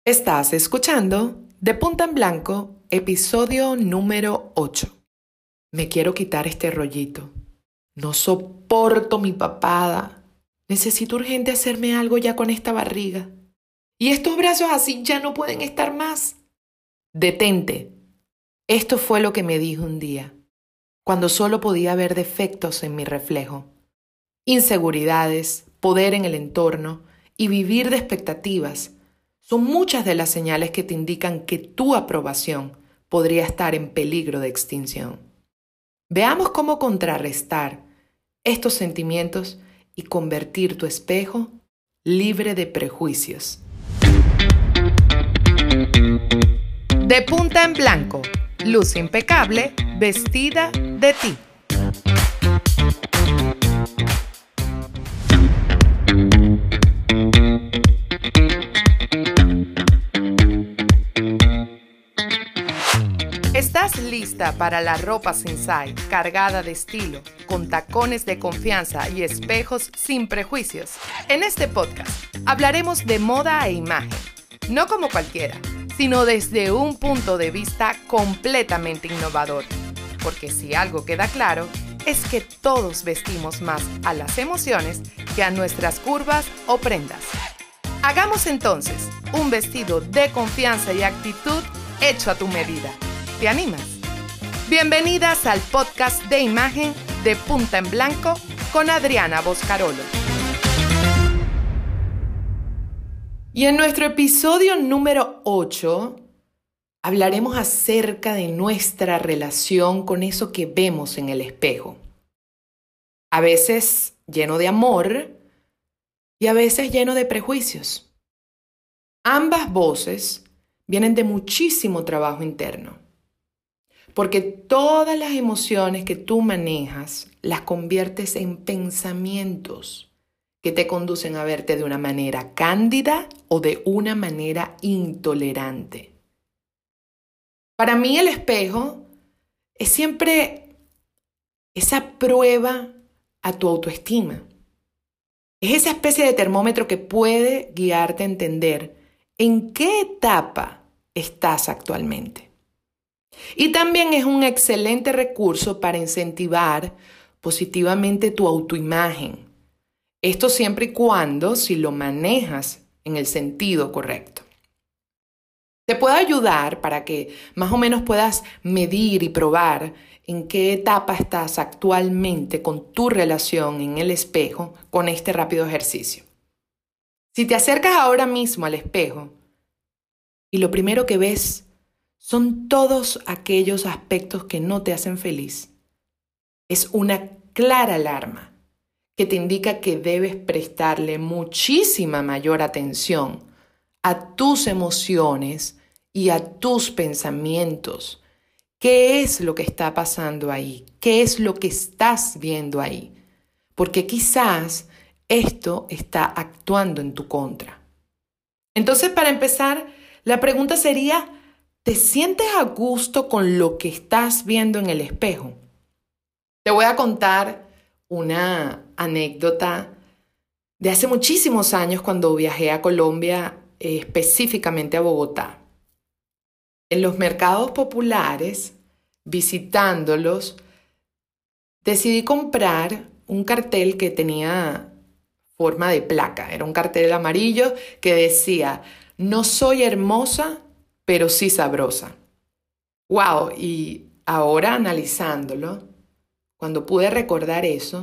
Estás escuchando De Punta en Blanco, episodio número 8. Me quiero quitar este rollito. No soporto mi papada. Necesito urgente hacerme algo ya con esta barriga. Y estos brazos así ya no pueden estar más. Detente. Esto fue lo que me dijo un día, cuando solo podía ver defectos en mi reflejo. Inseguridades, poder en el entorno y vivir de expectativas son muchas de las señales que te indican que tu aprobación podría estar en peligro de extinción. Veamos cómo contrarrestar estos sentimientos y convertir tu espejo libre de prejuicios. De punta en blanco, luz impecable, vestida de ti. ¿Estás lista para la ropa sensai, cargada de estilo, con tacones de confianza y espejos sin prejuicios? En este podcast hablaremos de moda e imagen, no como cualquiera, sino desde un punto de vista completamente innovador. Porque si algo queda claro, es que todos vestimos más a las emociones que a nuestras curvas o prendas. Hagamos entonces un vestido de confianza y actitud hecho a tu medida. ¿Te animas? Bienvenidas al podcast de imagen de Punta en Blanco con Adriana Boscarolo. Y en nuestro episodio número 8 hablaremos acerca de nuestra relación con eso que vemos en el espejo. A veces lleno de amor y a veces lleno de prejuicios. Ambas voces vienen de muchísimo trabajo interno. Porque todas las emociones que tú manejas las conviertes en pensamientos que te conducen a verte de una manera cándida o de una manera intolerante. Para mí el espejo es siempre esa prueba a tu autoestima. Es esa especie de termómetro que puede guiarte a entender en qué etapa estás actualmente. Y también es un excelente recurso para incentivar positivamente tu autoimagen. Esto siempre y cuando si lo manejas en el sentido correcto. Te puede ayudar para que más o menos puedas medir y probar en qué etapa estás actualmente con tu relación en el espejo con este rápido ejercicio. Si te acercas ahora mismo al espejo y lo primero que ves son todos aquellos aspectos que no te hacen feliz, es una clara alarma que te indica que debes prestarle muchísima mayor atención a tus emociones y a tus pensamientos. ¿Qué es lo que está pasando ahí? ¿Qué es lo que estás viendo ahí? Porque quizás esto está actuando en tu contra. Entonces, para empezar, la pregunta sería: ¿te sientes a gusto con lo que estás viendo en el espejo? Te voy a contar una anécdota de hace muchísimos años cuando viajé a Colombia, específicamente a Bogotá. En los mercados populares, visitándolos, decidí comprar un cartel que tenía forma de placa. Era un cartel amarillo que decía: "No soy hermosa, pero sí sabrosa". ¡Wow! Y ahora analizándolo, cuando pude recordar eso,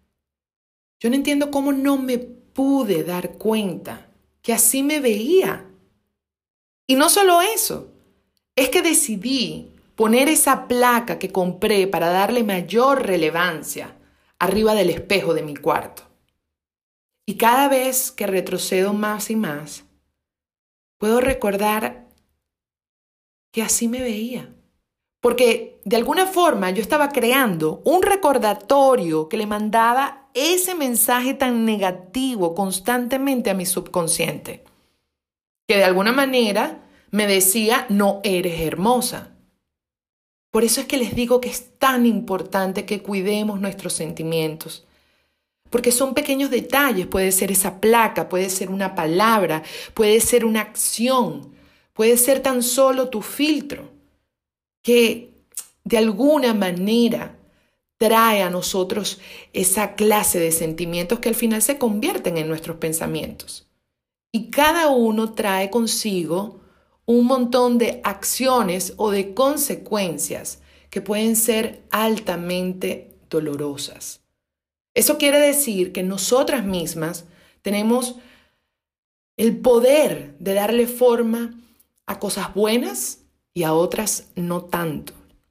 yo no entiendo cómo no me pude dar cuenta que así me veía. Y no solo eso, es que decidí poner esa placa que compré para darle mayor relevancia arriba del espejo de mi cuarto. Y cada vez que retrocedo más y más, puedo recordar que así me veía. Porque de alguna forma yo estaba creando un recordatorio que le mandaba ese mensaje tan negativo constantemente a mi subconsciente. Que de alguna manera me decía: no eres hermosa. Por eso es que les digo que es tan importante que cuidemos nuestros sentimientos. Porque son pequeños detalles, puede ser esa placa, puede ser una palabra, puede ser una acción, puede ser tan solo tu filtro, que de alguna manera trae a nosotros esa clase de sentimientos que al final se convierten en nuestros pensamientos. Y cada uno trae consigo un montón de acciones o de consecuencias que pueden ser altamente dolorosas. Eso quiere decir que nosotras mismas tenemos el poder de darle forma a cosas buenas y a otras no tanto.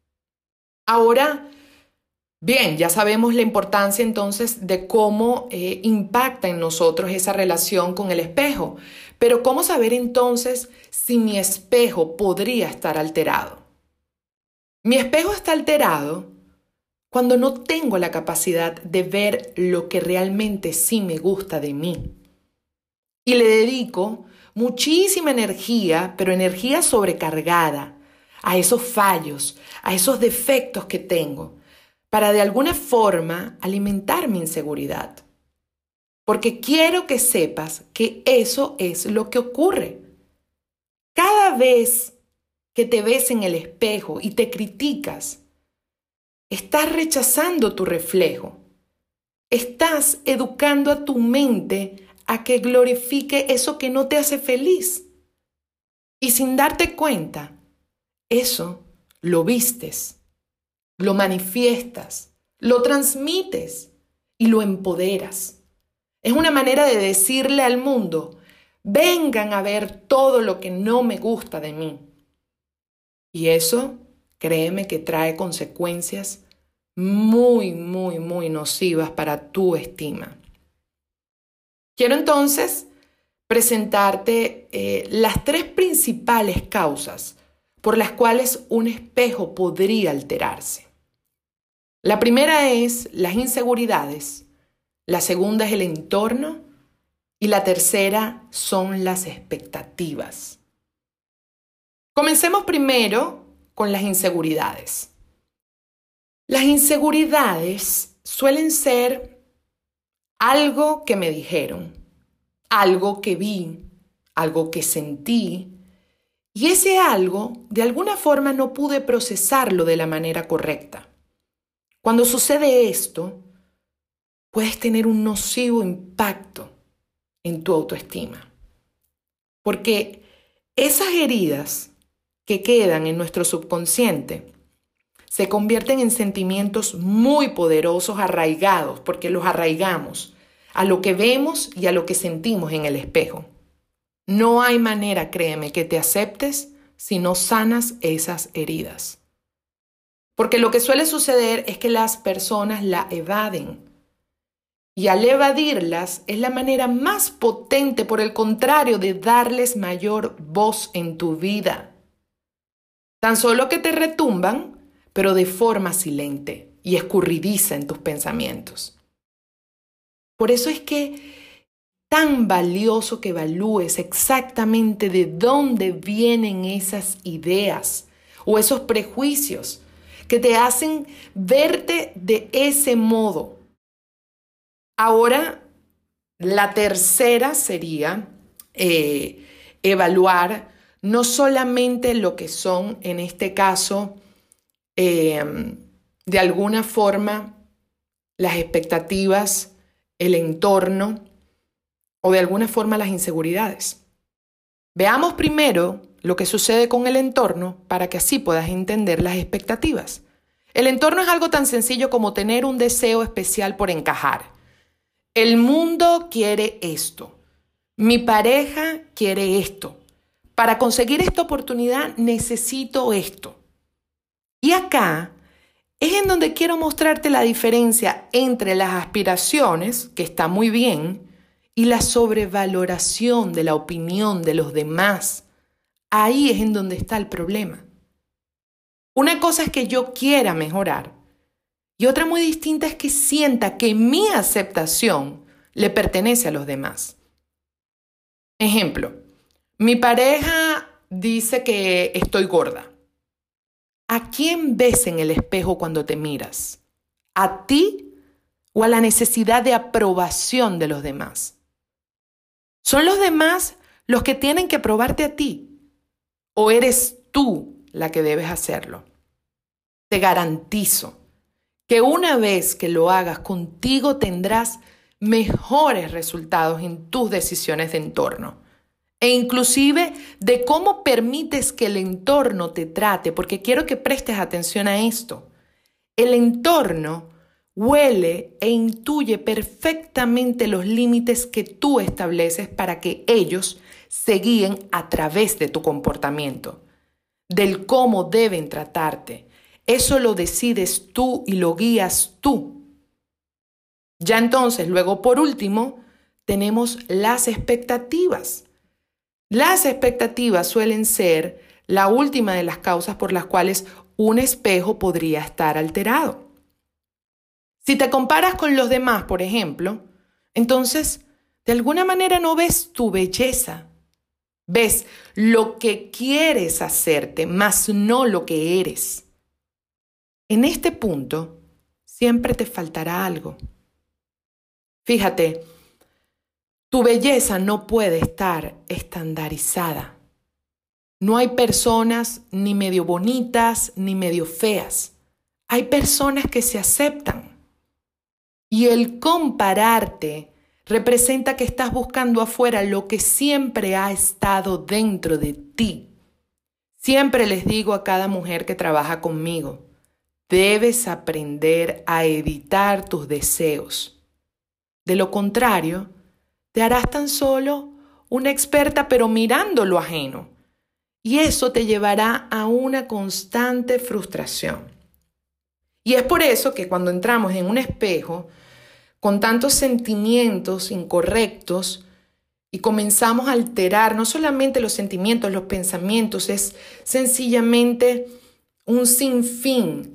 Ahora, bien, ya sabemos la importancia entonces de cómo impacta en nosotros esa relación con el espejo, pero ¿cómo saber entonces si mi espejo podría estar alterado? Mi espejo está alterado cuando no tengo la capacidad de ver lo que realmente sí me gusta de mí. Y le dedico muchísima energía, pero energía sobrecargada, a esos fallos, a esos defectos que tengo, para de alguna forma alimentar mi inseguridad. Porque quiero que sepas que eso es lo que ocurre. Cada vez que te ves en el espejo y te criticas, estás rechazando tu reflejo. Estás educando a tu mente a que glorifique eso que no te hace feliz. Y sin darte cuenta, eso lo vistes, lo manifiestas, lo transmites y lo empoderas. Es una manera de decirle al mundo, vengan a ver todo lo que no me gusta de mí. Y eso, créeme que trae consecuencias muy, muy, muy nocivas para tu estima. Quiero entonces presentarte las 3 principales causas por las cuales un espejo podría alterarse. La primera es las inseguridades, la segunda es el entorno y la tercera son las expectativas. Comencemos primero con las inseguridades. Las inseguridades suelen ser algo que me dijeron, algo que vi, algo que sentí, y ese algo de alguna forma no pude procesarlo de la manera correcta. Cuando sucede esto, puedes tener un nocivo impacto en tu autoestima, porque esas heridas que quedan en nuestro subconsciente se convierten en sentimientos muy poderosos arraigados, porque los arraigamos a lo que vemos y a lo que sentimos en el espejo. No hay manera, créeme, que te aceptes si no sanas esas heridas. Porque lo que suele suceder es que las personas la evaden. Y al evadirlas es la manera más potente, por el contrario, de darles mayor voz en tu vida. Tan solo que te retumban, pero de forma silente y escurridiza en tus pensamientos. Por eso es que tan valioso que evalúes exactamente de dónde vienen esas ideas o esos prejuicios que te hacen verte de ese modo. Ahora, la tercera sería evaluar no solamente lo que son, en este caso, de alguna forma, las expectativas, el entorno o de alguna forma las inseguridades. Veamos primero lo que sucede con el entorno para que así puedas entender las expectativas. El entorno es algo tan sencillo como tener un deseo especial por encajar. El mundo quiere esto. Mi pareja quiere esto. Para conseguir esta oportunidad necesito esto. Y acá es en donde quiero mostrarte la diferencia entre las aspiraciones, que está muy bien, y la sobrevaloración de la opinión de los demás. Ahí es en donde está el problema. Una cosa es que yo quiera mejorar y otra muy distinta es que sienta que mi aceptación le pertenece a los demás. Ejemplo, mi pareja dice que estoy gorda. ¿A quién ves en el espejo cuando te miras? ¿A ti o a la necesidad de aprobación de los demás? Son los demás los que tienen que aprobarte a ti. ¿O eres tú la que debes hacerlo? Te garantizo que una vez que lo hagas contigo tendrás mejores resultados en tus decisiones de entorno e inclusive de cómo permites que el entorno te trate, porque quiero que prestes atención a esto. El entorno huele e intuye perfectamente los límites que tú estableces para que ellos se guíen a través de tu comportamiento, del cómo deben tratarte. Eso lo decides tú y lo guías tú. Ya entonces, luego por último, tenemos las expectativas. Las expectativas suelen ser la última de las causas por las cuales un espejo podría estar alterado. Si te comparas con los demás, por ejemplo, entonces de alguna manera no ves tu belleza. Ves lo que quieres hacerte, más no lo que eres. En este punto, siempre te faltará algo. Fíjate, tu belleza no puede estar estandarizada. No hay personas ni medio bonitas ni medio feas. Hay personas que se aceptan. Y el compararte representa que estás buscando afuera lo que siempre ha estado dentro de ti. Siempre les digo a cada mujer que trabaja conmigo, debes aprender a evitar tus deseos. De lo contrario, te harás tan solo una experta pero mirando lo ajeno. Y eso te llevará a una constante frustración. Y es por eso que cuando entramos en un espejo con tantos sentimientos incorrectos y comenzamos a alterar no solamente los sentimientos, los pensamientos, es sencillamente un sinfín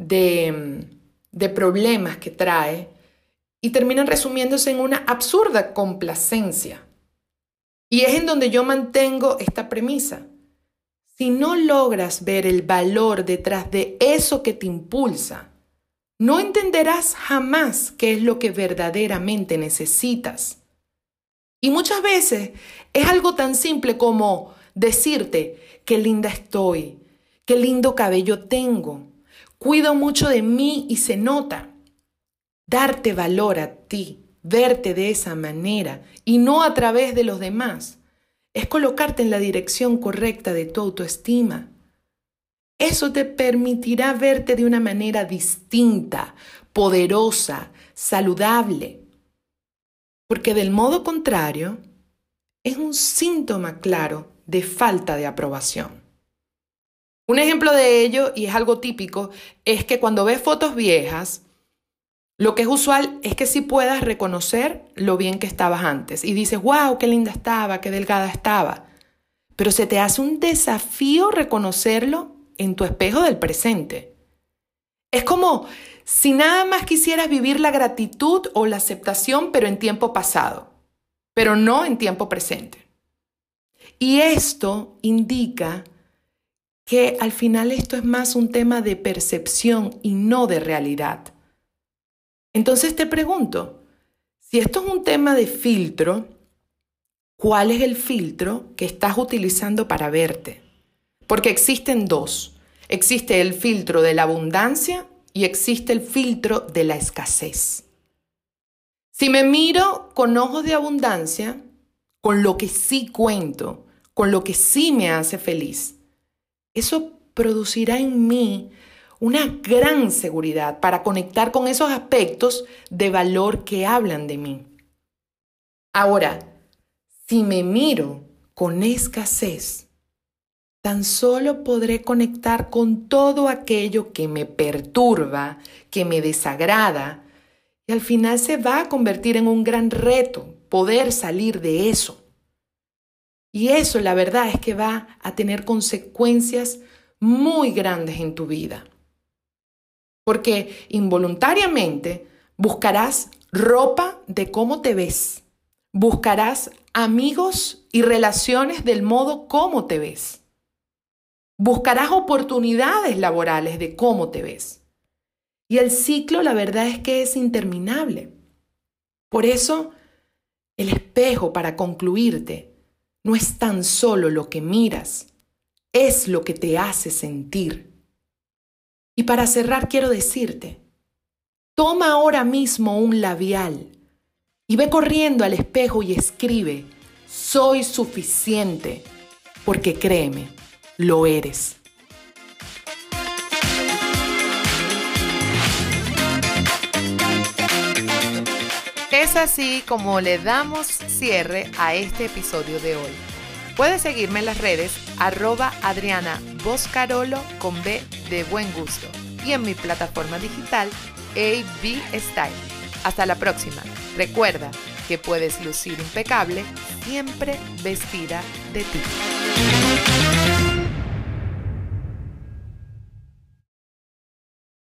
de problemas que trae y terminan resumiéndose en una absurda complacencia. Y es en donde yo mantengo esta premisa. Si no logras ver el valor detrás de eso que te impulsa, no entenderás jamás qué es lo que verdaderamente necesitas. Y muchas veces es algo tan simple como decirte qué linda estoy, qué lindo cabello tengo, cuido mucho de mí y se nota. Darte valor a ti, verte de esa manera y no a través de los demás, es colocarte en la dirección correcta de tu autoestima. Eso te permitirá verte de una manera distinta, poderosa, saludable. Porque del modo contrario, es un síntoma claro de falta de aprobación. Un ejemplo de ello, y es algo típico, es que cuando ves fotos viejas, lo que es usual es que sí puedas reconocer lo bien que estabas antes. Y dices, wow, qué linda estaba, qué delgada estaba. Pero se te hace un desafío reconocerlo en tu espejo del presente. Es como si nada más quisieras vivir la gratitud o la aceptación, pero en tiempo pasado, pero no en tiempo presente. Y esto indica que al final esto es más un tema de percepción y no de realidad. Entonces te pregunto, si esto es un tema de filtro, ¿cuál es el filtro que estás utilizando para verte? Porque existen dos. Existe el filtro de la abundancia y existe el filtro de la escasez. Si me miro con ojos de abundancia, con lo que sí cuento, con lo que sí me hace feliz, eso producirá en mí una gran seguridad para conectar con esos aspectos de valor que hablan de mí. Ahora, si me miro con escasez, tan solo podré conectar con todo aquello que me perturba, que me desagrada, y al final se va a convertir en un gran reto poder salir de eso. Y eso, la verdad, es que va a tener consecuencias muy grandes en tu vida. Porque involuntariamente buscarás ropa de cómo te ves. Buscarás amigos y relaciones del modo como te ves. Buscarás oportunidades laborales de cómo te ves. Y el ciclo, la verdad es que es interminable. Por eso, el espejo, para concluirte, no es tan solo lo que miras, es lo que te hace sentir. Y para cerrar quiero decirte, toma ahora mismo un labial y ve corriendo al espejo y escribe, soy suficiente, porque créeme, lo eres. Es así como le damos cierre a este episodio de hoy. Puedes seguirme en las redes @AdrianaBoscarolo con B de buen gusto y en mi plataforma digital AB Style. Hasta la próxima. Recuerda que puedes lucir impecable siempre vestida de ti.